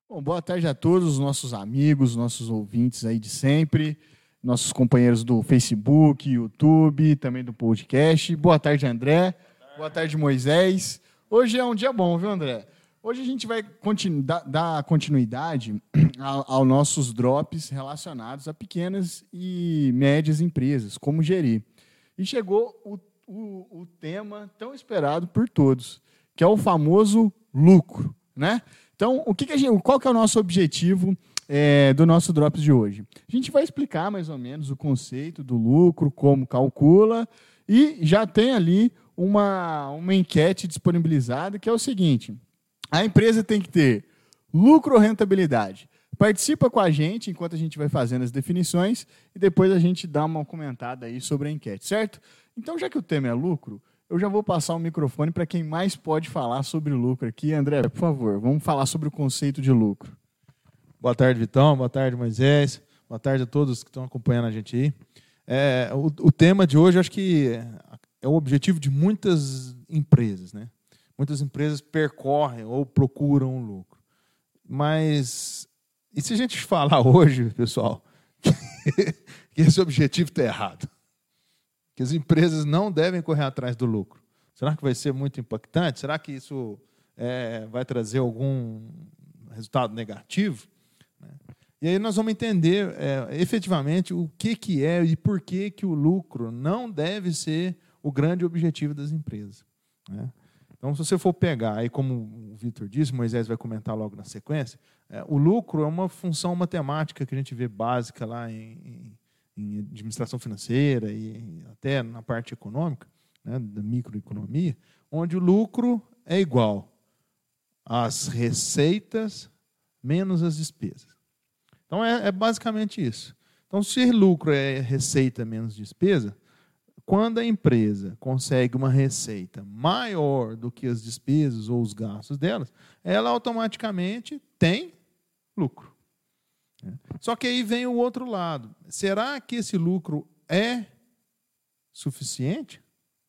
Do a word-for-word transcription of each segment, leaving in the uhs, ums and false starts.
Bom, boa tarde a todos os nossos amigos, nossos ouvintes aí de sempre, nossos companheiros do Facebook, YouTube, também do podcast. Boa tarde, André. Boa tarde, boa tarde Moisés. Hoje é um dia bom, viu, André? Hoje a gente vai continu- dar, dar continuidade aos nossos drops relacionados a pequenas e médias empresas, como gerir. E chegou o, o, o tema tão esperado por todos, que é o famoso lucro, né? Então, o que que a gente, qual que é o nosso objetivo é, do nosso Drops de hoje? A gente vai explicar mais ou menos o conceito do lucro, como calcula, e já tem ali uma, uma enquete disponibilizada, que é o seguinte: a empresa tem que ter lucro ou rentabilidade? Participa com a gente enquanto a gente vai fazendo as definições e depois a gente dá uma comentada aí sobre a enquete, certo? Então, já que o tema é lucro, eu já vou passar o microfone para quem mais pode falar sobre lucro aqui. André, por favor, vamos falar sobre o conceito de lucro. Boa tarde, Vitão. Boa tarde, Moisés. Boa tarde a todos que estão acompanhando a gente aí. É, o, o tema de hoje, acho que é o objetivo de muitas empresas, né? Muitas empresas percorrem ou procuram um lucro. Mas, e se a gente falar hoje, pessoal, que esse objetivo está errado? Que as empresas não devem correr atrás do lucro. Será que vai ser muito impactante? Será que isso é, vai trazer algum resultado negativo? E aí nós vamos entender é, efetivamente o que, que é e por que, que o lucro não deve ser o grande objetivo das empresas, né? Então, se você for pegar, aí, como o Vitor disse, o Moisés vai comentar logo na sequência, é, o lucro é uma função matemática que a gente vê básica lá em, em em administração financeira e até na parte econômica, né, da microeconomia, onde o lucro é igual às receitas menos as despesas. Então, é, é basicamente isso. Então, se lucro é receita menos despesa, quando a empresa consegue uma receita maior do que as despesas ou os gastos delas, ela automaticamente tem lucro. Só que aí vem o outro lado. Será que esse lucro é suficiente?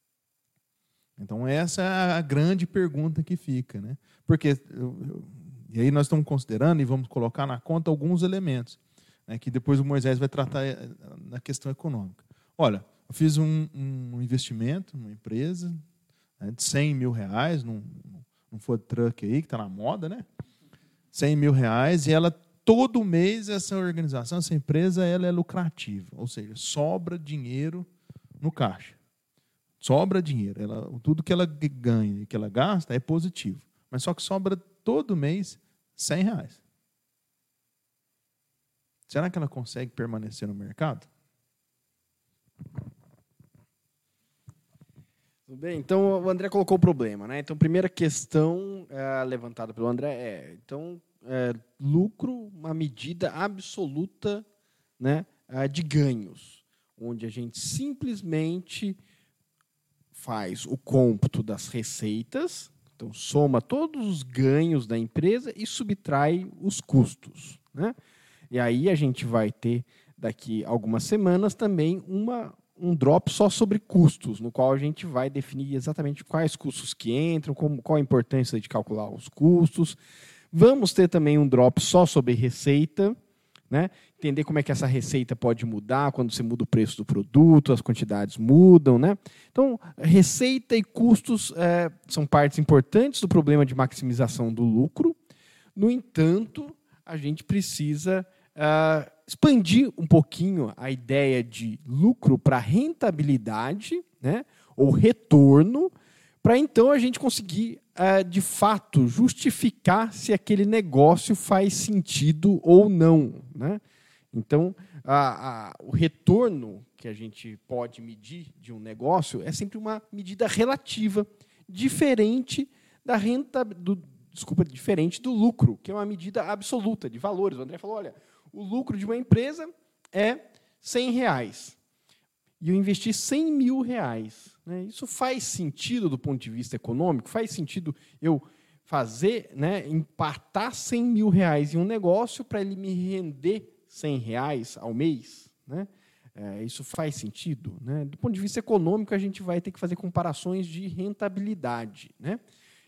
Então, essa é a grande pergunta que fica, né? Porque, e aí nós estamos considerando e vamos colocar na conta alguns elementos, né, que depois o Moisés vai tratar na questão econômica. Olha, eu fiz um, um investimento numa empresa, né, de cem mil reais, num, num food truck aí, que está na moda, né? cem mil reais, e ela todo mês essa organização, essa empresa, ela é lucrativa, ou seja, sobra dinheiro no caixa. Sobra dinheiro. Ela, tudo que ela ganha e que ela gasta é positivo. Mas só que sobra todo mês cem reais. Será que ela consegue permanecer no mercado? Tudo bem, então o André colocou o problema, né? Então, a primeira questão é, levantada pelo André é, então, é, lucro, uma medida absoluta, né, de ganhos, onde a gente simplesmente faz o cômputo das receitas, então soma todos os ganhos da empresa e subtrai os custos, né? E aí a gente vai ter, daqui a algumas semanas, também uma um drop só sobre custos, no qual a gente vai definir exatamente quais custos que entram, como, qual a importância de calcular os custos. Vamos ter também um drop só sobre receita, né? Entender como é que essa receita pode mudar quando você muda o preço do produto, as quantidades mudam, né? Então, receita e custos é, são partes importantes do problema de maximização do lucro. No entanto, a gente precisa Uh, expandir um pouquinho a ideia de lucro para rentabilidade, né, ou retorno, para então a gente conseguir, uh, de fato, justificar se aquele negócio faz sentido ou não, né? Então, a, a, o retorno que a gente pode medir de um negócio é sempre uma medida relativa, diferente da renta, do, desculpa, diferente do lucro, que é uma medida absoluta de valores. O André falou, olha, o lucro de uma empresa é cem reais. E eu investi cem mil reais. Né? Isso faz sentido do ponto de vista econômico? Faz sentido eu fazer, né, empatar cem mil reais em um negócio para ele me render cem reais ao mês? Né? É, isso faz sentido? Né? Do ponto de vista econômico, a gente vai ter que fazer comparações de rentabilidade. Né?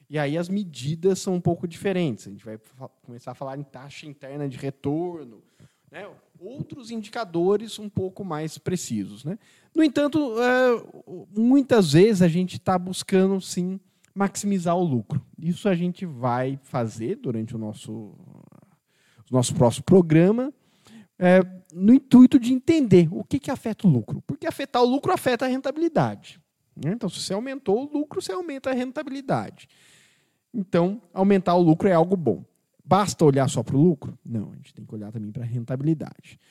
E aí as medidas são um pouco diferentes. A gente vai começar a falar em taxa interna de retorno, né? Outros indicadores um pouco mais precisos, né? No entanto, muitas vezes a gente está buscando, sim, maximizar o lucro. Isso a gente vai fazer durante o nosso, o nosso próximo programa, é, no intuito de entender o que, que afeta o lucro. Porque afetar o lucro afeta a rentabilidade. Né? Então, se você aumentou o lucro, você aumenta a rentabilidade. Então, aumentar o lucro é algo bom. Basta olhar só para o lucro? Não, a gente tem que olhar também para a rentabilidade.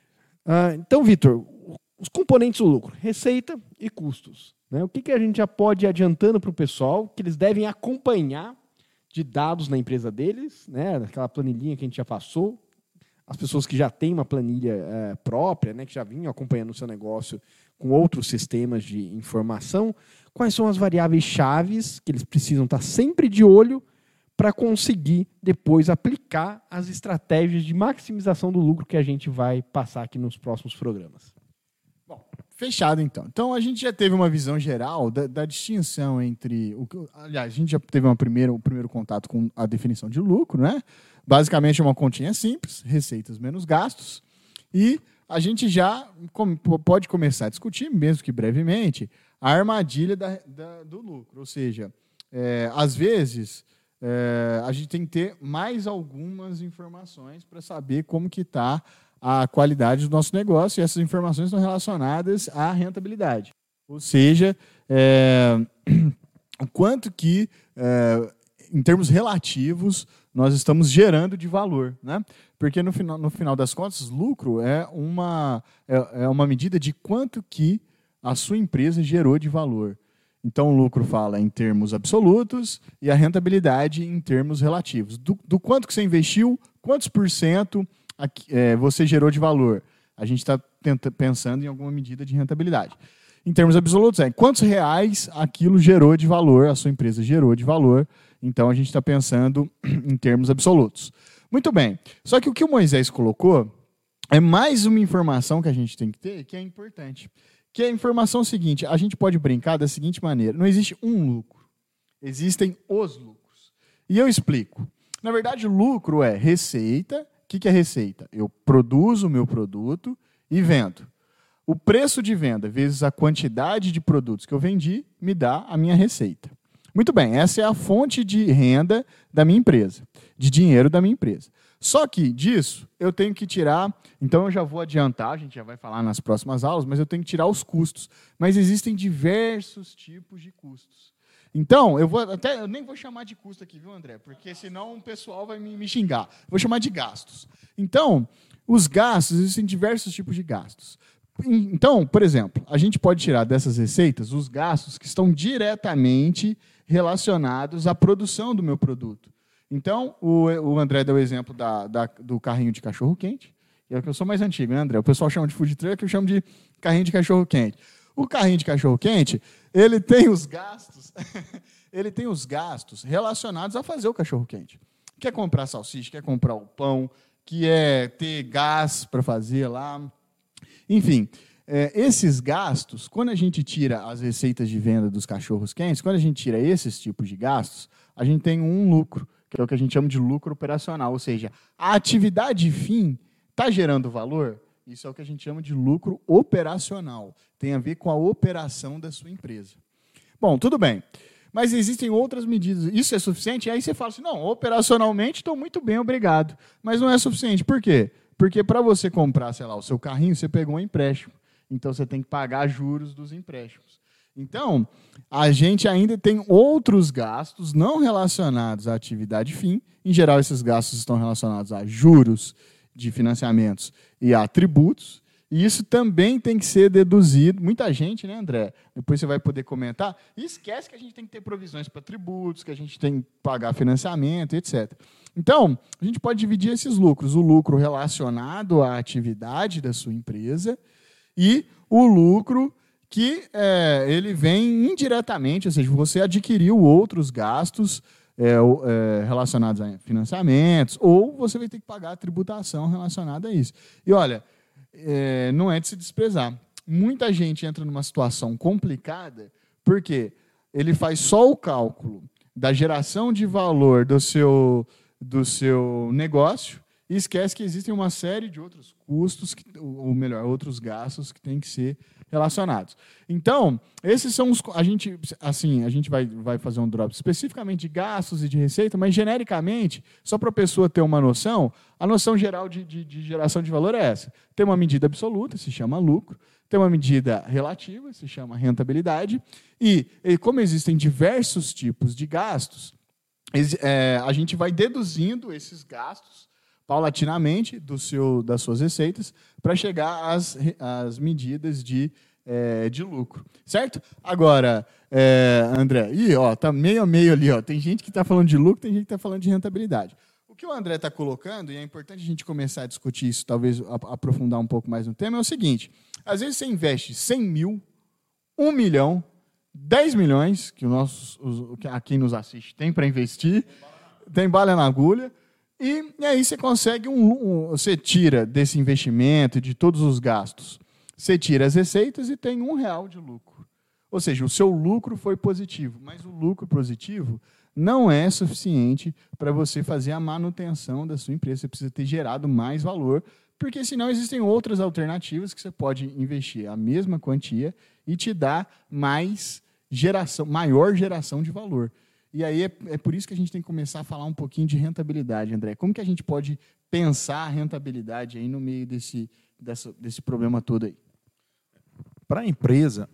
Ah, então, Vitor, os componentes do lucro, receita e custos. Né? O que, que a gente já pode ir adiantando para o pessoal que eles devem acompanhar de dados na empresa deles, né? Aquela planilhinha que a gente já passou, as pessoas que já têm uma planilha é, própria, né? Que já vinham acompanhando o seu negócio com outros sistemas de informação, quais são as variáveis chaves que eles precisam estar sempre de olho para conseguir depois aplicar as estratégias de maximização do lucro que a gente vai passar aqui nos próximos programas. Bom, fechado então. Então a gente já teve uma visão geral da, da distinção entre o que, aliás, a gente já teve uma primeira, o primeiro contato com a definição de lucro, né? Basicamente é uma continha simples, receitas menos gastos, e a gente já pode começar a discutir, mesmo que brevemente, a armadilha da, da, do lucro. Ou seja, é, às vezes é, a gente tem que ter mais algumas informações para saber como que está a qualidade do nosso negócio, e essas informações estão relacionadas à rentabilidade. Ou seja, é, o quanto que, é, em termos relativos, nós estamos gerando de valor, né? Porque no final, no final das contas, lucro é uma, é, é uma medida de quanto que a sua empresa gerou de valor. Então, o lucro fala em termos absolutos e a rentabilidade em termos relativos. Do, do quanto que você investiu, quantos por cento aqui, é, você gerou de valor. A gente está pensando em alguma medida de rentabilidade. Em termos absolutos, é quantos reais aquilo gerou de valor, a sua empresa gerou de valor. Então, a gente está pensando em termos absolutos. Muito bem. Só que o que o Moisés colocou é mais uma informação que a gente tem que ter, que é importante. Que é a informação seguinte, a gente pode brincar da seguinte maneira, não existe um lucro, existem os lucros. E eu explico. Na verdade, o lucro é receita. O que, que é receita? Eu produzo o meu produto e vendo. O preço de venda vezes a quantidade de produtos que eu vendi me dá a minha receita. Muito bem, essa é a fonte de renda da minha empresa, de dinheiro da minha empresa. Só que disso eu tenho que tirar, então eu já vou adiantar, a gente já vai falar nas próximas aulas, mas eu tenho que tirar os custos. Mas existem diversos tipos de custos. Então, eu vou até eu nem vou chamar de custo aqui, viu, André? Porque senão o pessoal vai me, me xingar. Vou chamar de gastos. Então, os gastos, existem diversos tipos de gastos. Então, por exemplo, a gente pode tirar dessas receitas os gastos que estão diretamente relacionados à produção do meu produto. Então, o, o André deu o exemplo da, da, do carrinho de cachorro-quente. É que eu sou mais antigo, né, André? O pessoal chama de food truck, eu chamo de carrinho de cachorro-quente. O carrinho de cachorro-quente, ele tem os gastos, ele tem os gastos relacionados a fazer o cachorro-quente. Quer comprar salsicha, quer comprar o pão, quer ter gás para fazer lá. Enfim, é, esses gastos, quando a gente tira as receitas de venda dos cachorros-quentes, quando a gente tira esses tipos de gastos, a gente tem um lucro, que é o que a gente chama de lucro operacional, ou seja, a atividade fim está gerando valor, isso é o que a gente chama de lucro operacional, tem a ver com a operação da sua empresa. Bom, tudo bem, mas existem outras medidas, isso é suficiente? E aí você fala assim, não, operacionalmente estou muito bem, obrigado, mas não é suficiente, por quê? Porque para você comprar, sei lá, o seu carrinho, você pegou um empréstimo, então você tem que pagar juros dos empréstimos. Então, a gente ainda tem outros gastos não relacionados à atividade fim. Em geral, esses gastos estão relacionados a juros de financiamentos e a tributos. E isso também tem que ser deduzido. Muita gente, né, André? Depois você vai poder comentar. E esquece que a gente tem que ter provisões para tributos, que a gente tem que pagar financiamento, etcétera. Então, a gente pode dividir esses lucros. O lucro relacionado à atividade da sua empresa e o lucro que é, ele vem indiretamente, ou seja, você adquiriu outros gastos é, é, relacionados a financiamentos, ou você vai ter que pagar a tributação relacionada a isso. E, olha, é, não é de se desprezar. Muita gente entra numa situação complicada porque ele faz só o cálculo da geração de valor do seu, do seu negócio e esquece que existem uma série de outros custos, que, ou melhor, outros gastos que têm que ser relacionados. Então, esses são os... A gente, assim, a gente vai, vai fazer um drop especificamente de gastos e de receita, mas genericamente, só para a pessoa ter uma noção, a noção geral de, de, de geração de valor é essa. Tem uma medida absoluta, se chama lucro, tem uma medida relativa, se chama rentabilidade, e, e como existem diversos tipos de gastos, é, a gente vai deduzindo esses gastos paulatinamente do seu, das suas receitas para chegar às, às medidas de, é, de lucro. Certo? Agora, é, André, ih, ó, tá meio a meio ali. Ó, tem gente que está falando de lucro, tem gente que está falando de rentabilidade. O que o André está colocando, e é importante a gente começar a discutir isso, talvez aprofundar um pouco mais no tema, é o seguinte: às vezes você investe cem mil, um milhão, dez milhões, que o nosso, os, a quem nos assiste tem para investir, tem bala na agulha, E, e aí você consegue, um, um, você tira desse investimento, de todos os gastos, você tira as receitas e tem um real de lucro. Ou seja, o seu lucro foi positivo, mas o lucro positivo não é suficiente para você fazer a manutenção da sua empresa. Você precisa ter gerado mais valor, porque senão existem outras alternativas que você pode investir a mesma quantia e te dar mais geração, maior geração de valor. E aí é, é por isso que a gente tem que começar a falar um pouquinho de rentabilidade, André. Como que a gente pode pensar a rentabilidade aí no meio desse, dessa, desse problema todo aí? Para a empresa,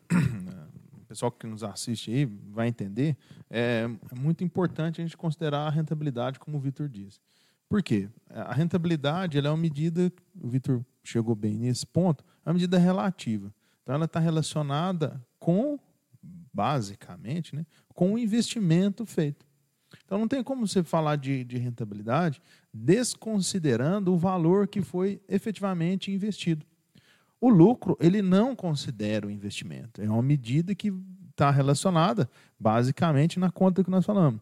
o pessoal que nos assiste aí vai entender, é, é muito importante a gente considerar a rentabilidade, como o Vitor disse. Por quê? A rentabilidade ela é uma medida, o Vitor chegou bem nesse ponto, é uma medida relativa. Então, ela está relacionada com, basicamente, né, com o investimento feito. Então, não tem como você falar de, de rentabilidade desconsiderando o valor que foi efetivamente investido. O lucro, ele não considera o investimento. É uma medida que está relacionada, basicamente, na conta que nós falamos.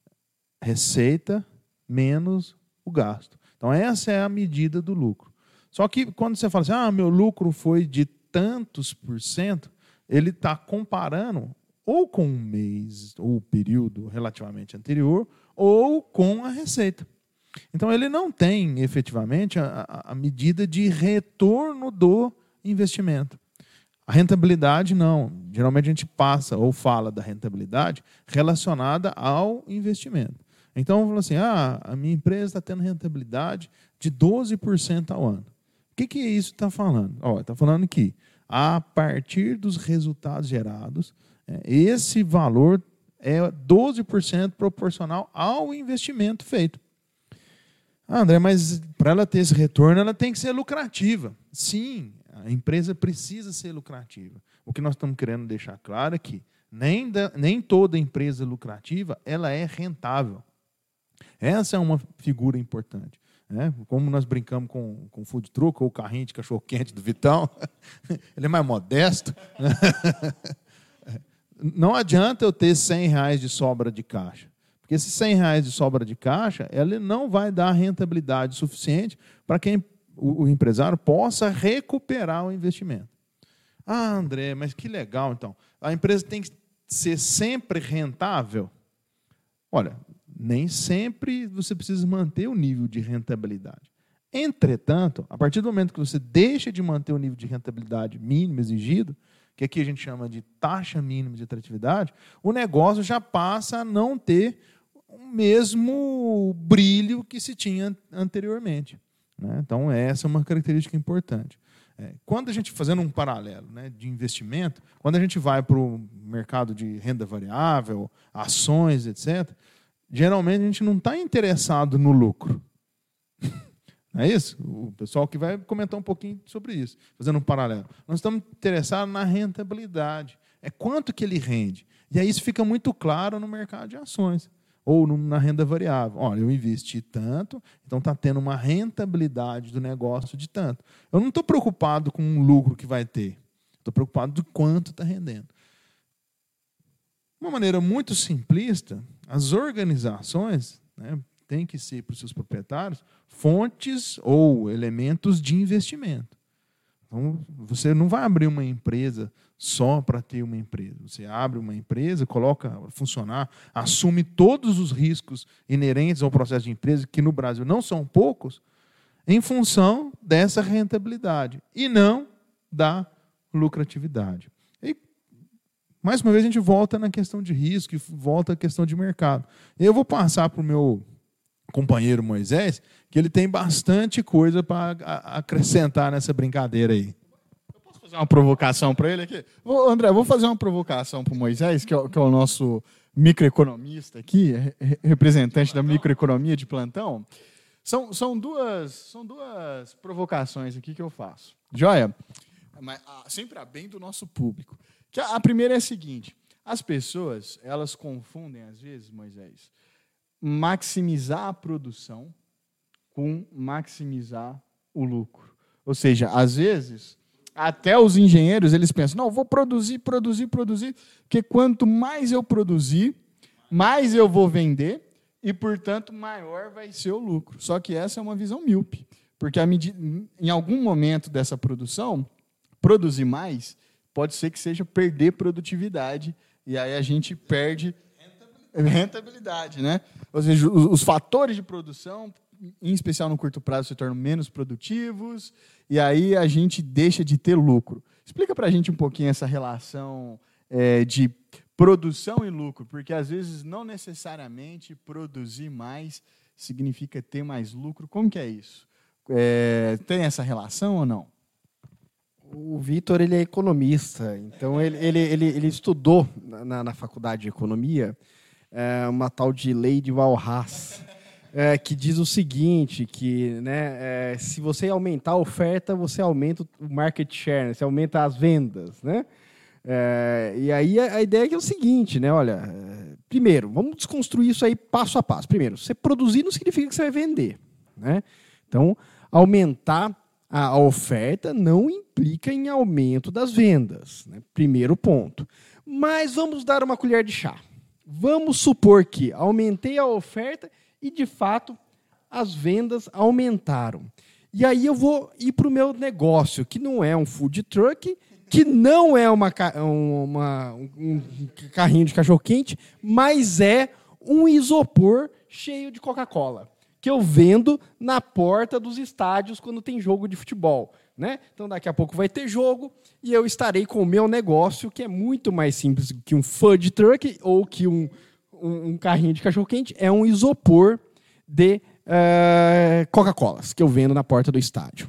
Receita menos o gasto. Então, essa é a medida do lucro. Só que, quando você fala assim, ah, meu lucro foi de tantos por cento, ele está comparando ou com um mês ou período relativamente anterior, ou com a receita. Então, ele não tem, efetivamente, a, a medida de retorno do investimento. A rentabilidade, não. Geralmente, a gente passa ou fala da rentabilidade relacionada ao investimento. Então, fala assim, ah, a minha empresa está tendo rentabilidade de doze por cento ao ano. O que, que isso está falando? Está falando que, a partir dos resultados gerados, esse valor é doze por cento proporcional ao investimento feito. Ah, André, mas para ela ter esse retorno, ela tem que ser lucrativa. Sim, a empresa precisa ser lucrativa. O que nós estamos querendo deixar claro é que nem, da, nem toda empresa lucrativa ela é rentável. Essa é uma figura importante. Né? Como nós brincamos com o food truck ou o carrinho de cachorro-quente do Vitão, ele é mais modesto. Não adianta eu ter cem reais de sobra de caixa. Porque esses cem reais de sobra de caixa, ele não vai dar rentabilidade suficiente para que o, o empresário possa recuperar o investimento. Ah, André, mas que legal, então. A empresa tem que ser sempre rentável? Olha, nem sempre você precisa manter o nível de rentabilidade. Entretanto, a partir do momento que você deixa de manter o nível de rentabilidade mínimo exigido, que aqui a gente chama de taxa mínima de atratividade, o negócio já passa a não ter o mesmo brilho que se tinha anteriormente. Né? Então, essa é uma característica importante. É, quando a gente, fazendo um paralelo, né, de investimento, quando a gente vai para o mercado de renda variável, ações, etcétera, geralmente a gente não está interessado no lucro. Não é isso? O pessoal que vai comentar um pouquinho sobre isso, fazendo um paralelo. Nós estamos interessados na rentabilidade. É quanto que ele rende. E aí isso fica muito claro no mercado de ações, ou na renda variável. Olha, eu investi tanto, então está tendo uma rentabilidade do negócio de tanto. Eu não estou preocupado com o lucro que vai ter. Estou preocupado do quanto está rendendo. De uma maneira muito simplista, as organizações, né, têm que ser, para os seus proprietários, fontes ou elementos de investimento. Então, você não vai abrir uma empresa só para ter uma empresa. Você abre uma empresa, coloca a funcionar, assume todos os riscos inerentes ao processo de empresa, que no Brasil não são poucos, em função dessa rentabilidade e não da lucratividade. E, mais uma vez, a gente volta na questão de risco e volta à questão de mercado. Eu vou passar para o meu companheiro Moisés, que ele tem bastante coisa para acrescentar nessa brincadeira aí. Eu posso fazer uma provocação para ele aqui? Ô, André, vou fazer uma provocação para o Moisés, que é, que é o nosso microeconomista aqui, representante da microeconomia de plantão. São, são, duas, são duas provocações aqui que eu faço. Joia? Mas, sempre a bem do nosso público. Que a, a primeira é a seguinte: as pessoas, elas confundem, às vezes, Moisés, maximizar a produção com maximizar o lucro. Ou seja, às vezes, até os engenheiros, eles pensam, não, vou produzir, produzir, produzir, porque quanto mais eu produzir, mais eu vou vender e, portanto, maior vai ser o lucro. Só que essa é uma visão míope, porque a medida, em algum momento dessa produção, produzir mais pode ser que seja perder produtividade, e aí a gente perde rentabilidade, né? Ou seja, os, os fatores de produção, em especial no curto prazo, se tornam menos produtivos, e aí a gente deixa de ter lucro. Explica para a gente um pouquinho essa relação é, de produção e lucro, porque às vezes não necessariamente produzir mais significa ter mais lucro. Como que é isso? É, tem essa relação ou não? O Vitor, ele é economista, então ele, ele, ele, ele estudou na, na faculdade de economia é, uma tal de lei de Walras, é, que diz o seguinte, que né, é, se você aumentar a oferta, você aumenta o market share, né, você aumenta as vendas. Né? É, e aí a, a ideia é, que é o seguinte, né, olha, é, primeiro, vamos desconstruir isso aí passo a passo. Primeiro, você produzir não significa que você vai vender. Né? Então, aumentar a oferta não implica em aumento das vendas. Né? Primeiro ponto. Mas vamos dar uma colher de chá. Vamos supor que aumentei a oferta e, de fato, as vendas aumentaram. E aí eu vou ir para o meu negócio, que não é um food truck, que não é uma, uma, um carrinho de cachorro-quente, mas é um isopor cheio de Coca-Cola, que eu vendo na porta dos estádios quando tem jogo de futebol. Né? Então, daqui a pouco vai ter jogo e eu estarei com o meu negócio, que é muito mais simples que um food truck ou que um, um, um carrinho de cachorro-quente. É um isopor de uh, Coca-Colas, que eu vendo na porta do estádio.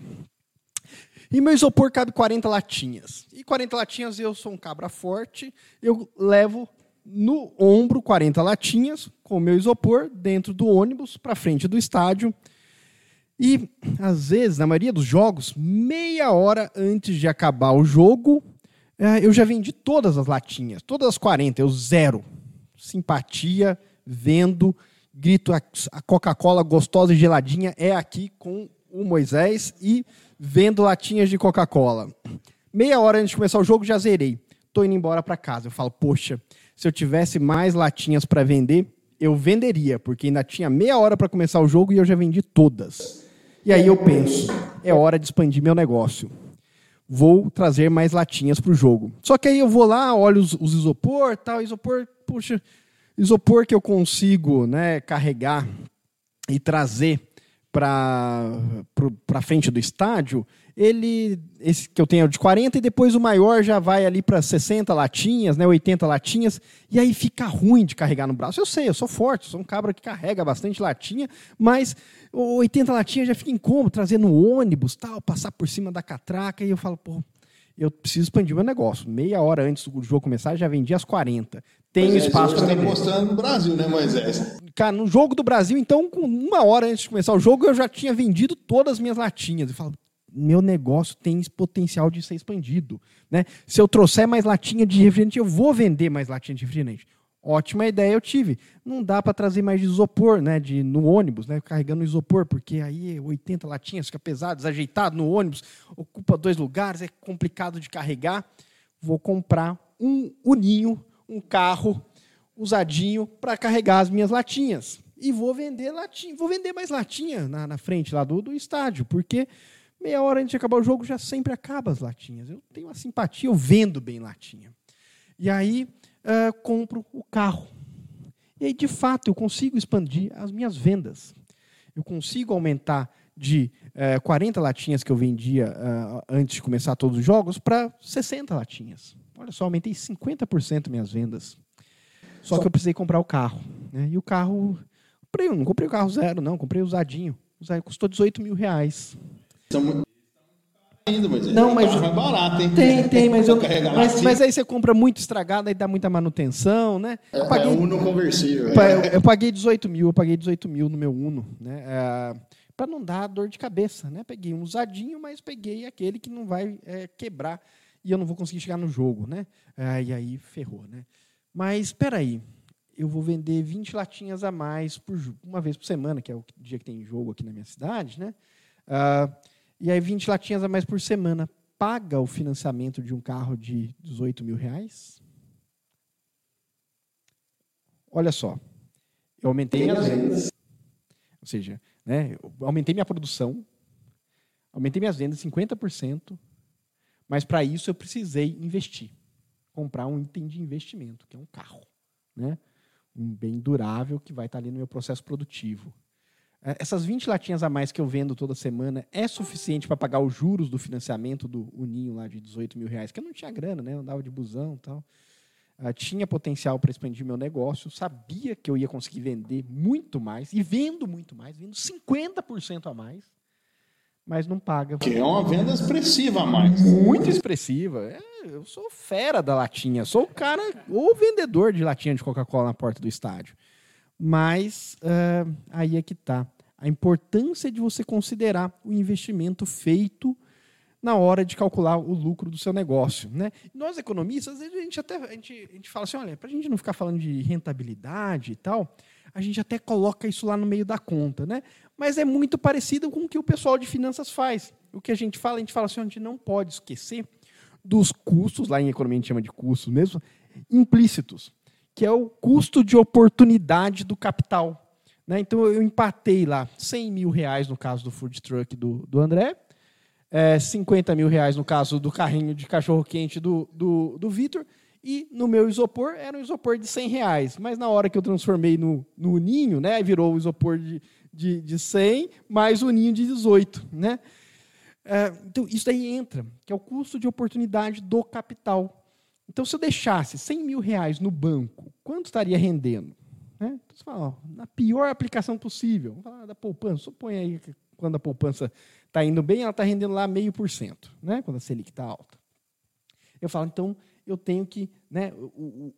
E meu isopor cabe quarenta latinhas. E quarenta latinhas, eu sou um cabra forte, eu levo no ombro quarenta latinhas com o meu isopor dentro do ônibus para frente do estádio. E, às vezes, na maioria dos jogos, meia hora antes de acabar o jogo, eu já vendi todas as latinhas, todas as quarenta, eu zero. Simpatia, vendo, grito, a Coca-Cola gostosa e geladinha é aqui com o Moisés e vendo latinhas de Coca-Cola. Meia hora antes de começar o jogo, já zerei. Estou indo embora para casa. Eu falo, poxa, se eu tivesse mais latinhas para vender, eu venderia, porque ainda tinha meia hora para começar o jogo e eu já vendi todas. E aí eu penso, é hora de expandir meu negócio. Vou trazer mais latinhas para o jogo. Só que aí eu vou lá, olho os, os isopor, tal, isopor, puxa, isopor que eu consigo, né, carregar e trazer para a frente do estádio, ele, esse que eu tenho é de quarenta, e depois o maior já vai ali para sessenta latinhas, né, oitenta latinhas, e aí fica ruim de carregar no braço. Eu sei, eu sou forte, sou um cabra que carrega bastante latinha, mas oitenta latinhas já fica incômodo, trazer no ônibus, tal, passar por cima da catraca, e eu falo, pô, eu preciso expandir meu negócio. Meia hora antes do jogo começar, já vendi as quarenta. Tem Moisés, espaço para vender. Você está mostrando no Brasil, né, Moisés? Cara, no jogo do Brasil, então, com uma hora antes de começar o jogo, eu já tinha vendido todas as minhas latinhas. Eu falo, meu negócio tem esse potencial de ser expandido. Né? Se eu trouxer mais latinha de refrigerante, eu vou vender mais latinha de refrigerante. Ótima ideia eu tive. Não dá para trazer mais de isopor, né, de, no ônibus, né, carregando isopor, porque aí oitenta latinhas, fica pesado, desajeitado no ônibus, ocupa dois lugares, é complicado de carregar. Vou comprar um uninho, um carro usadinho para carregar as minhas latinhas. E vou vender latinha, vou vender mais latinha na, na frente lá do, do estádio, porque Meia hora antes de acabar o jogo, já sempre acaba as latinhas. Eu tenho uma simpatia, eu vendo bem latinha. E aí, uh, compro o carro. E aí, de fato, eu consigo expandir as minhas vendas. Eu consigo aumentar de uh, quarenta latinhas que eu vendia uh, antes de começar todos os jogos para sessenta latinhas. Olha só, aumentei cinquenta por cento minhas vendas. Só, só que eu precisei comprar o carro. Né? E o carro... Comprei, não comprei o carro zero, não. Comprei usadinho. Custou dezoito mil reais. Ainda, mas não, mas é barato, hein? Tem, tem, mas, eu, mas, mas aí você compra muito estragado, aí dá muita manutenção, né? É, eu paguei, é Uno conversível. Eu, eu paguei dezoito mil, eu paguei dezoito mil no meu Uno, né? É, para não dar dor de cabeça, né? Peguei um usadinho, mas peguei aquele que não vai é, quebrar e eu não vou conseguir chegar no jogo, né? É, e aí ferrou, né? Mas espera aí, eu vou vender vinte latinhas a mais por uma vez por semana, que é o dia que tem jogo aqui na minha cidade, né? Ah, E aí, vinte latinhas a mais por semana, paga o financiamento de um carro de dezoito mil reais? Olha só, eu aumentei minhas vendas, ou seja, né, eu aumentei minha produção, aumentei minhas vendas cinquenta por cento, mas para isso eu precisei investir, comprar um item de investimento, que é um carro, né, um bem durável que vai estar ali no meu processo produtivo. Essas vinte latinhas a mais que eu vendo toda semana é suficiente para pagar os juros do financiamento do Uninho lá de dezoito mil reais, que eu não tinha grana, né? Eu andava de busão e tal. Uh, tinha potencial para expandir meu negócio, sabia que eu ia conseguir vender muito mais, e vendo muito mais, vendo cinquenta por cento a mais, mas não paga. Que é uma venda expressiva a mais. Muito expressiva. É, eu sou fera da latinha, sou o cara, o vendedor de latinha de Coca-Cola na porta do estádio. Mas uh, aí é que está. A importância de você considerar o investimento feito na hora de calcular o lucro do seu negócio. Né? Nós, economistas, às vezes a gente até a gente, a gente fala assim, olha, para a gente não ficar falando de rentabilidade e tal, a gente até coloca isso lá no meio da conta. Né? Mas é muito parecido com o que o pessoal de finanças faz. O que a gente fala, a gente fala assim, a gente não pode esquecer dos custos, lá em economia a gente chama de custos mesmo, implícitos, que é o custo de oportunidade do capital. Né? Então, eu empatei lá cem mil reais no caso do food truck do, do André, é, cinquenta mil reais no caso do carrinho de cachorro-quente do, do, do Vitor, e no meu isopor era um isopor de cem reais. Mas na hora que eu transformei no, no Uninho, né, virou o isopor de, de, de cem mais o Uninho de dezoito. Né? É, então, isso daí entra, que é o custo de oportunidade do capital. Então, se eu deixasse cem mil reais no banco, quanto estaria rendendo? Né? Então, você fala, ó, na pior aplicação possível, vamos falar da poupança, supõe aí que quando a poupança está indo bem, ela está rendendo lá meio por cento, né? Quando a Selic está alta. Eu falo, então, eu tenho que... Né, o, o,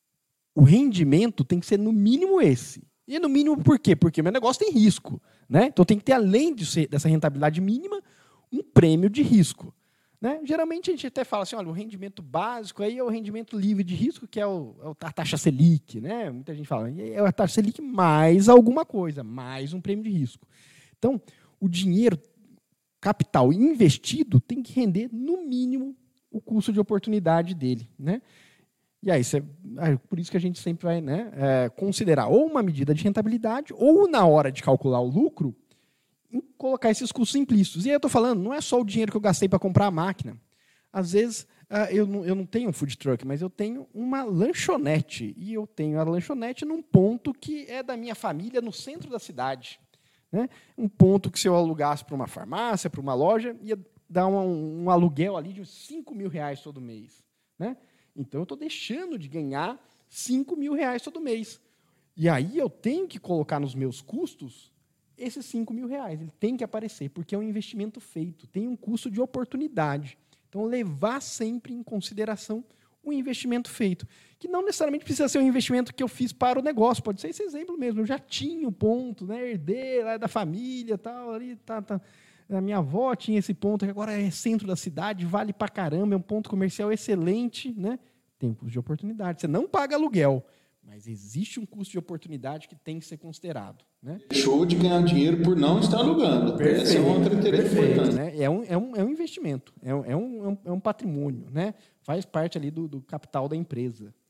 o rendimento tem que ser no mínimo esse. E no mínimo por quê? Porque meu negócio tem risco. Né? Então, tem que ter, além de ser, dessa rentabilidade mínima, um prêmio de risco. Né? Geralmente a gente até fala assim, olha, o rendimento básico aí é o rendimento livre de risco, que é, o, é a taxa Selic. Né? Muita gente fala, é a taxa Selic mais alguma coisa, mais um prêmio de risco. Então, o dinheiro, capital investido, tem que render, no mínimo, o custo de oportunidade dele. Né? E aí, cê, é por isso que a gente sempre vai, né, é, considerar ou uma medida de rentabilidade, ou, na hora de calcular o lucro, colocar esses custos implícitos. E aí eu estou falando, não é só o dinheiro que eu gastei para comprar a máquina. Às vezes, uh, eu, não, eu não tenho um food truck, mas eu tenho uma lanchonete. E eu tenho a lanchonete num ponto que é da minha família, no centro da cidade. Né? Um ponto que, se eu alugasse para uma farmácia, para uma loja, ia dar um, um aluguel ali de cinco mil reais todo mês. Né? Então, eu estou deixando de ganhar cinco mil reais todo mês. E aí eu tenho que colocar nos meus custos esses cinco mil reais, ele tem que aparecer, porque é um investimento feito, tem um custo de oportunidade. Então, levar sempre em consideração o investimento feito, que não necessariamente precisa ser um investimento que eu fiz para o negócio, pode ser esse exemplo mesmo, eu já tinha o ponto, né, herdei lá da família, tal, ali, tá, tá. A minha avó tinha esse ponto, que agora é centro da cidade, vale para caramba, é um ponto comercial excelente, né? Tem um custo de oportunidade, você não paga aluguel, mas existe um custo de oportunidade que tem que ser considerado. Né? Show de ganhar dinheiro por não estar alugando. Perfeito, essa é outra interessante. Né? É, um, é, um, é um investimento, é um, é um, é um patrimônio. Né? Faz parte ali do, do capital da empresa. Né?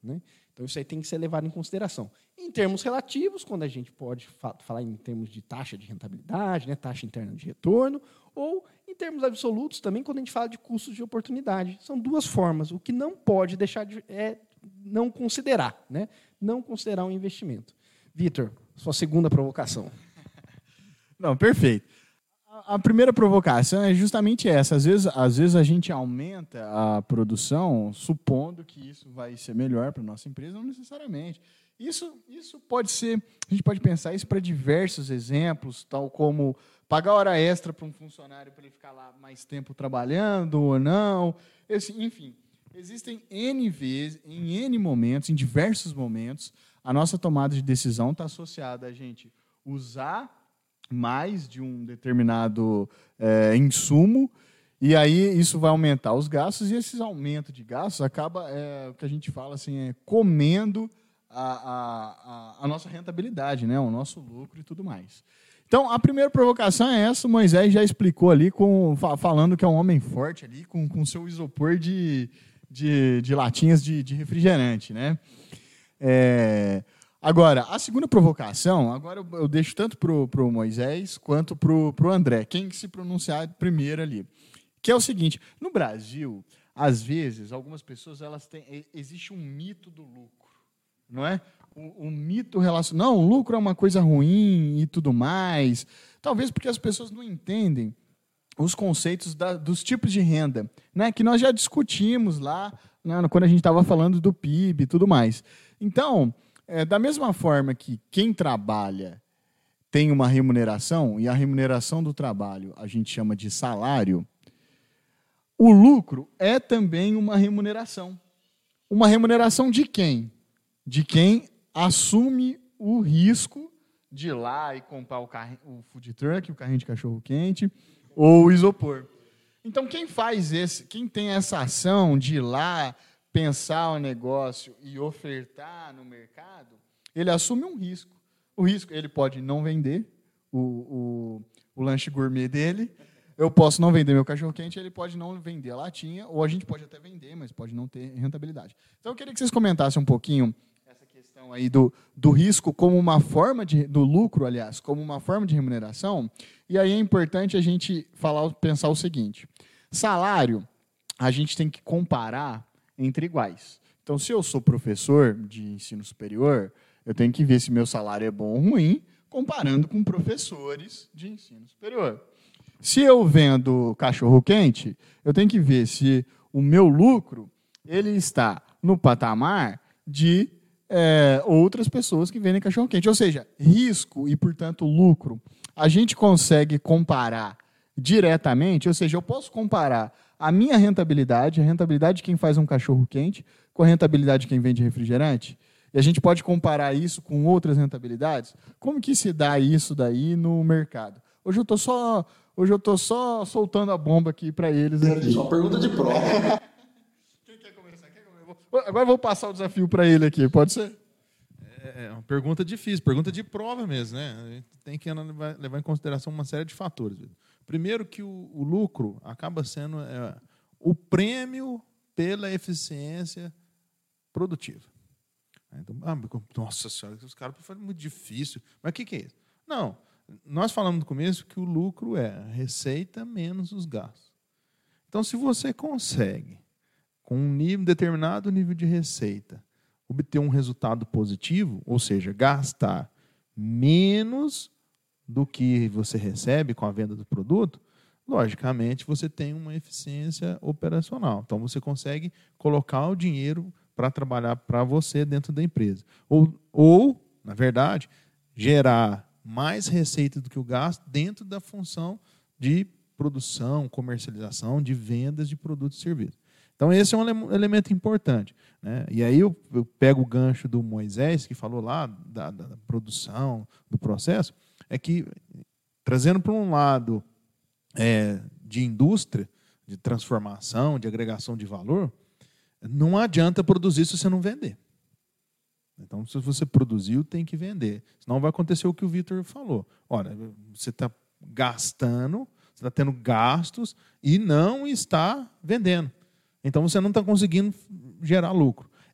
Então, isso aí tem que ser levado em consideração. Em termos relativos, quando a gente pode fa- falar em termos de taxa de rentabilidade, né, taxa interna de retorno, ou em termos absolutos também, quando a gente fala de custos de oportunidade. São duas formas. O que não pode deixar de é não considerar, né? Não considerar um investimento. Vitor, sua segunda provocação. Não, perfeito. A, a primeira provocação é justamente essa. Às vezes, às vezes a gente aumenta a produção supondo que isso vai ser melhor para a nossa empresa, não necessariamente. Isso, isso pode ser, a gente pode pensar isso para diversos exemplos, tal como pagar hora extra para um funcionário para ele ficar lá mais tempo trabalhando ou não. Esse, enfim, existem N vezes, em N momentos, em diversos momentos, a nossa tomada de decisão está associada a gente usar mais de um determinado é, insumo, e aí isso vai aumentar os gastos, e esses aumentos de gastos acaba, é, o que a gente fala assim, é, comendo a, a, a, a nossa rentabilidade, né, o nosso lucro e tudo mais. Então, a primeira provocação é essa, o Moisés já explicou ali, com, falando que é um homem forte ali, com o seu isopor de, de, de latinhas de, de refrigerante, né? É... Agora, a segunda provocação, agora eu, eu deixo tanto para o Moisés quanto para o André, quem se pronunciar primeiro ali, que é o seguinte, no Brasil, às vezes, algumas pessoas, elas têm, existe um mito do lucro, não é? Um, um mito relacionado, não, o lucro é uma coisa ruim e tudo mais, talvez porque as pessoas não entendem os conceitos da, dos tipos de renda, né, que nós já discutimos lá, né, quando a gente estava falando do P I B e tudo mais. Então, é, da mesma forma que quem trabalha tem uma remuneração, e a remuneração do trabalho a gente chama de salário, o lucro é também uma remuneração. Uma remuneração de quem? De quem assume o risco de ir lá e comprar o, carro, o food truck, o carrinho de cachorro-quente, ou o isopor. Então, quem faz esse, quem tem essa ação de ir lá, pensar o negócio e ofertar no mercado, ele assume um risco. O risco, ele pode não vender o, o, o lanche gourmet dele, eu posso não vender meu cachorro-quente, ele pode não vender a latinha, ou a gente pode até vender, mas pode não ter rentabilidade. Então, eu queria que vocês comentassem um pouquinho essa questão aí do, do risco como uma forma de, do lucro, aliás, como uma forma de remuneração, e aí é importante a gente falar, pensar o seguinte, salário, a gente tem que comparar entre iguais. Então, se eu sou professor de ensino superior, eu tenho que ver se meu salário é bom ou ruim, comparando com professores de ensino superior. Se eu vendo cachorro-quente, eu tenho que ver se o meu lucro ele está no patamar de é, outras pessoas que vendem cachorro-quente. Ou seja, risco e, portanto, lucro, a gente consegue comparar diretamente, ou seja, eu posso comparar a minha rentabilidade, a rentabilidade de quem faz um cachorro-quente, com a rentabilidade de quem vende refrigerante, e a gente pode comparar isso com outras rentabilidades. Como que se dá isso daí no mercado? Hoje eu estou só, hoje eu tô só soltando a bomba aqui para eles. Aqui. Só pergunta de prova. Quem quer começar? Quer começar? Agora eu vou passar o desafio para ele aqui, pode ser? É uma pergunta difícil, pergunta de prova mesmo, né? A gente tem que levar em consideração uma série de fatores. Primeiro que o, o lucro acaba sendo é, o prêmio pela eficiência produtiva. Então, ah, nossa senhora, os caras fazem muito difícil. Mas o que, que é isso? Não, nós falamos no começo que o lucro é a receita menos os gastos. Então, se você consegue, com um nível, determinado nível de receita, obter um resultado positivo, ou seja, gastar menos do que você recebe com a venda do produto, logicamente você tem uma eficiência operacional. Então você consegue colocar o dinheiro para trabalhar para você dentro da empresa. Ou, ou, na verdade, gerar mais receita do que o gasto dentro da função de produção, comercialização, de vendas de produtos e serviços. Então, esse é um elemento importante, né? E aí eu, eu pego o gancho do Moisés, que falou lá da, da produção, do processo, é que, trazendo para um lado é, de indústria, de transformação, de agregação de valor, não adianta produzir se você não vender. Então, se você produziu, tem que vender. Senão vai acontecer o que o Vitor falou. Olha, você está gastando, você está tendo gastos e não está vendendo. Então, você não está conseguindo gerar lucro.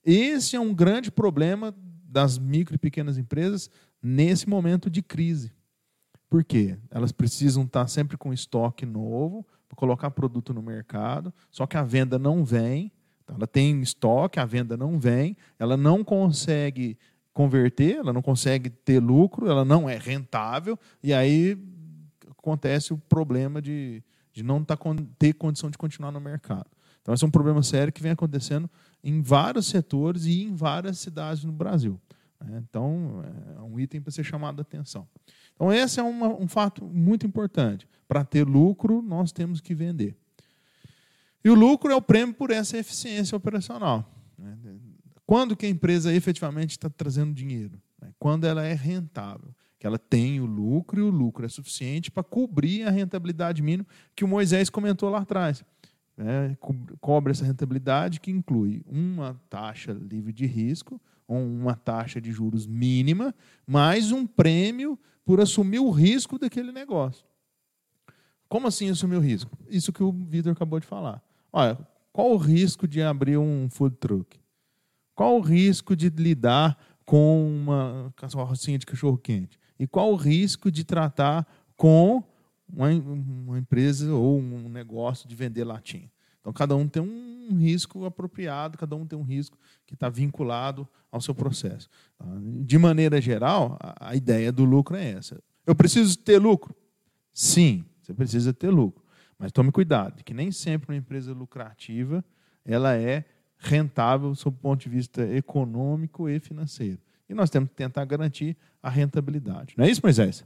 Esse é um grande problema das micro e pequenas empresas nesse momento de crise. Por quê? Elas precisam estar sempre com estoque novo para colocar produto no mercado, só que a venda não vem. Então, ela tem estoque, a venda não vem, ela não consegue converter, ela não consegue ter lucro, ela não é rentável, e aí acontece o problema de, de não tá, ter condição de continuar no mercado. Então, esse é um problema sério que vem acontecendo em vários setores e em várias cidades no Brasil. Então, é um item para ser chamado a atenção. Então, esse é uma, um fato muito importante. Para ter lucro, nós temos que vender. E o lucro é o prêmio por essa eficiência operacional. Quando que a empresa efetivamente está trazendo dinheiro? Quando ela é rentável, que ela tem o lucro e o lucro é suficiente para cobrir a rentabilidade mínima que o Moisés comentou lá atrás. É, cobre essa rentabilidade que inclui uma taxa livre de risco, ou uma taxa de juros mínima, mais um prêmio por assumir o risco daquele negócio. Como assim assumir o risco? Isso que o Vitor acabou de falar. Olha, qual o risco de abrir um food truck? Qual o risco de lidar com uma carrocinha de cachorro-quente? E qual o risco de tratar com uma, uma empresa ou um negócio de vender latinha? Então, cada um tem um risco apropriado, cada um tem um risco que está vinculado ao seu processo. De maneira geral, a ideia do lucro é essa. Eu preciso ter lucro? Sim, você precisa ter lucro. Mas tome cuidado, que nem sempre uma empresa lucrativa ela é rentável sob o ponto de vista econômico e financeiro. E nós temos que tentar garantir a rentabilidade. Não é isso, Moisés?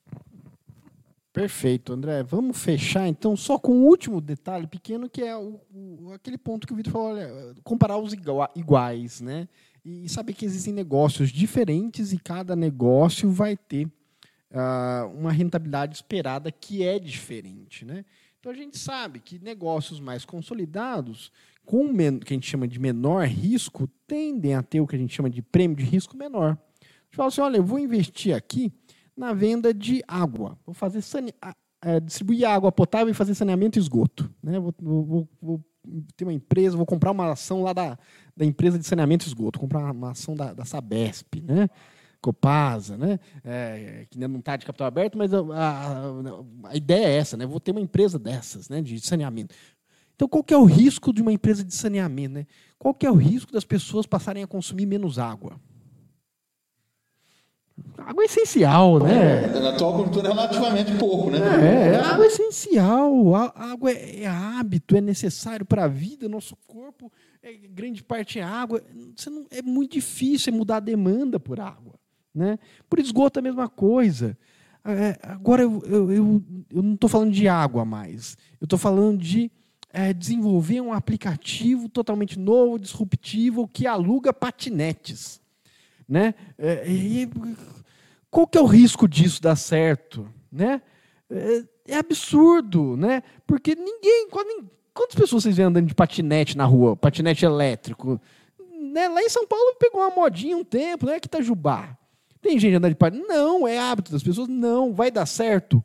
Perfeito, André. Vamos fechar, então, só com o último detalhe pequeno, que é o, o, aquele ponto que o Vitor falou, olha, comparar os iguais, né? E saber que existem negócios diferentes e cada negócio vai ter uh, uma rentabilidade esperada que é diferente, né? Então, a gente sabe que negócios mais consolidados, com o que a gente chama de menor risco, tendem a ter o que a gente chama de prêmio de risco menor. A gente fala assim, olha, eu vou investir aqui na venda de água. Vou fazer sane... é, distribuir água potável e fazer saneamento e esgoto. Né? Vou, vou, vou ter uma empresa, vou comprar uma ação lá da, da empresa de saneamento e esgoto, comprar uma ação da, da Sabesp, né? Copasa, né? É, que ainda não está de capital aberto, mas a, a, a ideia é essa, né? Vou ter uma empresa dessas, né? De saneamento. Então, qual que é o risco de uma empresa de saneamento? Né? Qual que é o risco das pessoas passarem a consumir menos água? Água é essencial, né? Na atual cultura, relativamente pouco, né? É, água é essencial. A água é, é hábito, é necessário para a vida. Nosso corpo, é, grande parte é água. Você não, é muito difícil mudar a demanda por água. Né? Por esgoto, a mesma coisa. É, agora, eu, eu, eu, eu não estou falando de água mais. Eu estou falando de é, desenvolver um aplicativo totalmente novo, disruptivo, que aluga patinetes. Né? É, e, qual que é o risco disso dar certo? Né? É, é absurdo, né? Porque ninguém, quando, quantas pessoas vocês veem andando de patinete na rua, patinete elétrico? Né? Lá em São Paulo pegou uma modinha um tempo, né? Que Itajubá. Tem gente andando de patinete? Não, é hábito das pessoas. Não, vai dar certo?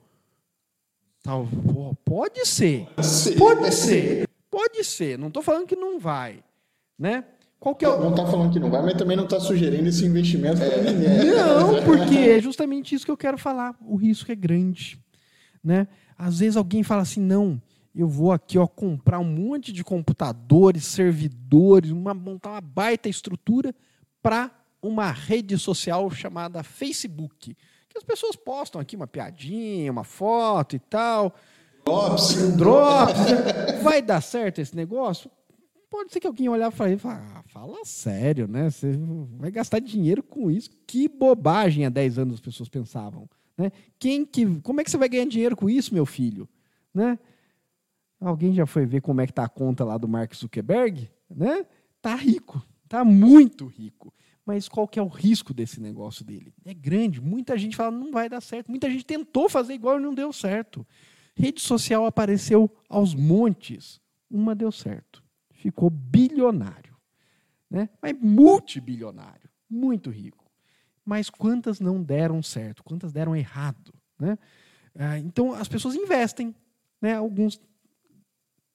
Tal, pode ser, Sim. pode ser, pode ser. Não estou falando que não vai, né? Qual que é o... Não está falando que não vai, mas também não está sugerindo esse investimento para ninguém. Não, porque é justamente isso que eu quero falar. O risco é grande. Né? Às vezes alguém fala assim, não, eu vou aqui ó, comprar um monte de computadores, servidores, uma, montar uma baita estrutura para uma rede social chamada Facebook. Que as pessoas postam aqui uma piadinha, uma foto e tal. Drops. Drops. Vai dar certo esse negócio? Pode ser que alguém olhar para ele e fale, ah, fala sério, né? Você vai gastar dinheiro com isso? Que bobagem há dez anos as pessoas pensavam. Né? Quem que, como é que você vai ganhar dinheiro com isso, meu filho? Né? Alguém já foi ver como é que está a conta lá do Mark Zuckerberg? Né? Tá rico, tá muito rico. Mas qual que é o risco desse negócio dele? É grande. Muita gente fala, não vai dar certo. Muita gente tentou fazer igual e não deu certo. Rede social apareceu aos montes. Uma deu certo. Ficou bilionário, né? Mas multibilionário, muito rico. Mas quantas não deram certo? Quantas deram errado? Né? Ah, então, as pessoas investem. Né? Alguns,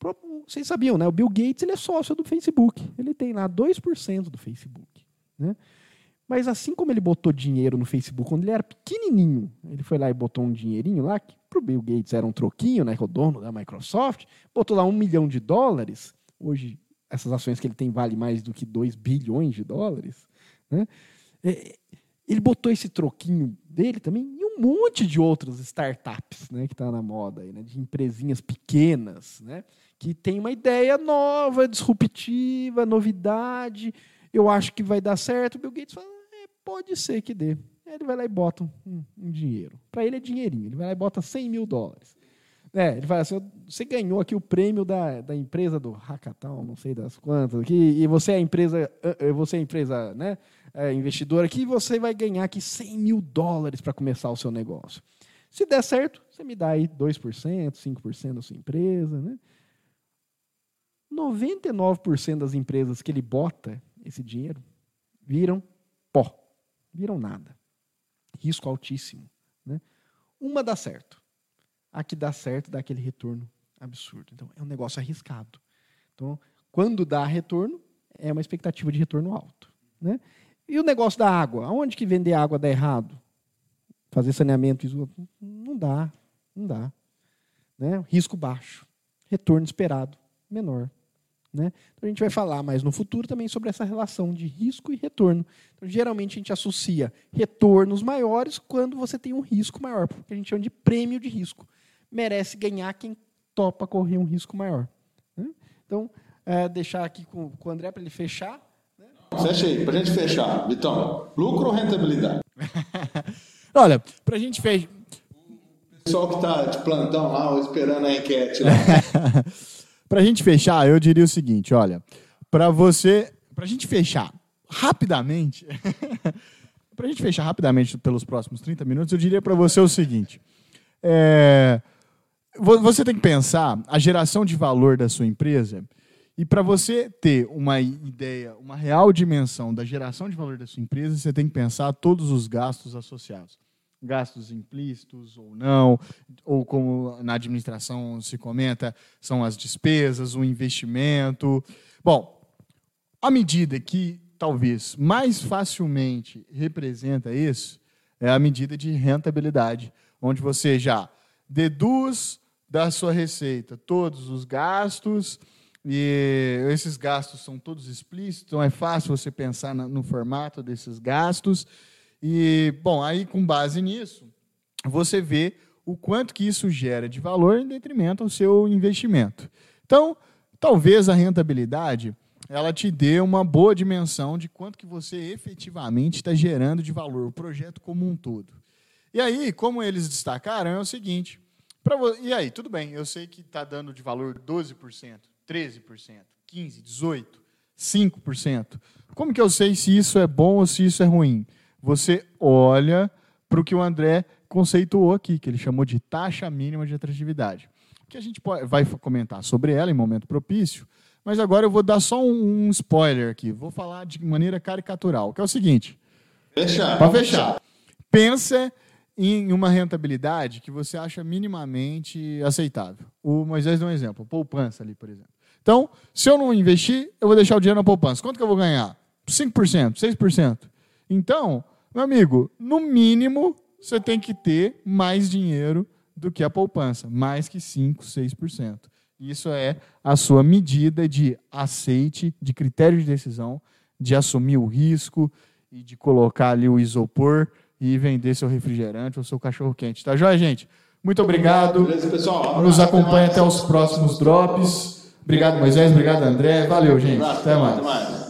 Vocês sabiam, né? O Bill Gates ele é sócio do Facebook. Ele tem lá dois por cento do Facebook. Né? Mas assim como ele botou dinheiro no Facebook, quando ele era pequenininho, ele foi lá e botou um dinheirinho lá, que para o Bill Gates era um troquinho, né? Que é o dono da Microsoft, botou lá um milhão de dólares. Hoje, essas ações que ele tem valem mais do que dois bilhões de dólares. Né? Ele botou esse troquinho dele também em um monte de outras startups, né, que está na moda, aí, né, de empresinhas pequenas, né, que tem uma ideia nova, disruptiva, novidade. Eu acho que vai dar certo. O Bill Gates fala, é, pode ser que dê. Aí ele vai lá e bota um, um, um dinheiro. Para ele é dinheirinho. Ele vai lá e bota cem mil dólares. É, ele fala assim, você ganhou aqui o prêmio da, da empresa do Hackathon, não sei das quantas, aqui, e você é a empresa, você é a empresa, né, é, investidora aqui, e você vai ganhar aqui cem mil dólares para começar o seu negócio. Se der certo, você me dá aí dois por cento, cinco por cento da sua empresa. Né? noventa e nove por cento das empresas que ele bota esse dinheiro viram pó, viram nada. Risco altíssimo. Né? Uma dá certo. A que dá certo, dá aquele retorno absurdo. Então, é um negócio arriscado. Então, quando dá retorno, é uma expectativa de retorno alto. Né? E o negócio da água? Aonde que vender água dá errado? Fazer saneamento, não dá. Não dá. Né? Risco baixo. Retorno esperado, menor. Né? Então, a gente vai falar mais no futuro também sobre essa relação de risco e retorno. Então, geralmente, a gente associa retornos maiores quando você tem um risco maior, porque a gente chama de prêmio de risco. Merece ganhar quem topa correr um risco maior. Né? Então, é, deixar aqui com, com o André para ele fechar. Né? Fecha aí, para a gente fechar. Vitão, lucro ou rentabilidade? Olha, para a gente fechar... O pessoal que está de plantão lá, esperando a enquete lá. Para a gente fechar, eu diria o seguinte, olha, para você... Para a gente fechar rapidamente... para a gente fechar rapidamente pelos próximos trinta minutos, eu diria para você o seguinte... É, você tem que pensar a geração de valor da sua empresa e para você ter uma ideia, uma real dimensão da geração de valor da sua empresa, você tem que pensar todos os gastos associados. Gastos implícitos ou não, ou como na administração se comenta, são as despesas, o investimento. Bom, a medida que talvez mais facilmente representa isso é a medida de rentabilidade, onde você já deduz da sua receita todos os gastos, e esses gastos são todos explícitos, então é fácil você pensar no formato desses gastos. E, bom, aí com base nisso, você vê o quanto que isso gera de valor em detrimento ao seu investimento. Então, talvez a rentabilidade ela te dê uma boa dimensão de quanto que você efetivamente está gerando de valor, o projeto como um todo. E aí, como eles destacaram, é o seguinte, pra vo... e aí, tudo bem, eu sei que está dando de valor doze por cento, treze por cento, quinze por cento, dezoito por cento, cinco por cento. Como que eu sei se isso é bom ou se isso é ruim? Você olha para o que o André conceituou aqui, que ele chamou de taxa mínima de atratividade. Que a gente pode, vai comentar sobre ela em momento propício, mas agora eu vou dar só um, um spoiler aqui. Vou falar de maneira caricatural, que é o seguinte. Fechar. Para fechar. Pensa em uma rentabilidade que você acha minimamente aceitável. O Moisés deu um exemplo, poupança ali, por exemplo. Então, se eu não investir, eu vou deixar o dinheiro na poupança. Quanto que eu vou ganhar? cinco por cento, seis por cento. Então, meu amigo, no mínimo, você tem que ter mais dinheiro do que a poupança, mais que cinco, seis por cento. Isso é a sua medida de aceite, de critério de decisão, de assumir o risco e de colocar ali o isopor e vender seu refrigerante ou seu cachorro-quente. Tá joia, gente? Muito obrigado. Beleza, pessoal. Nos acompanhe até os próximos drops. Obrigado, Moisés. Obrigado, André. Valeu, gente. Até mais.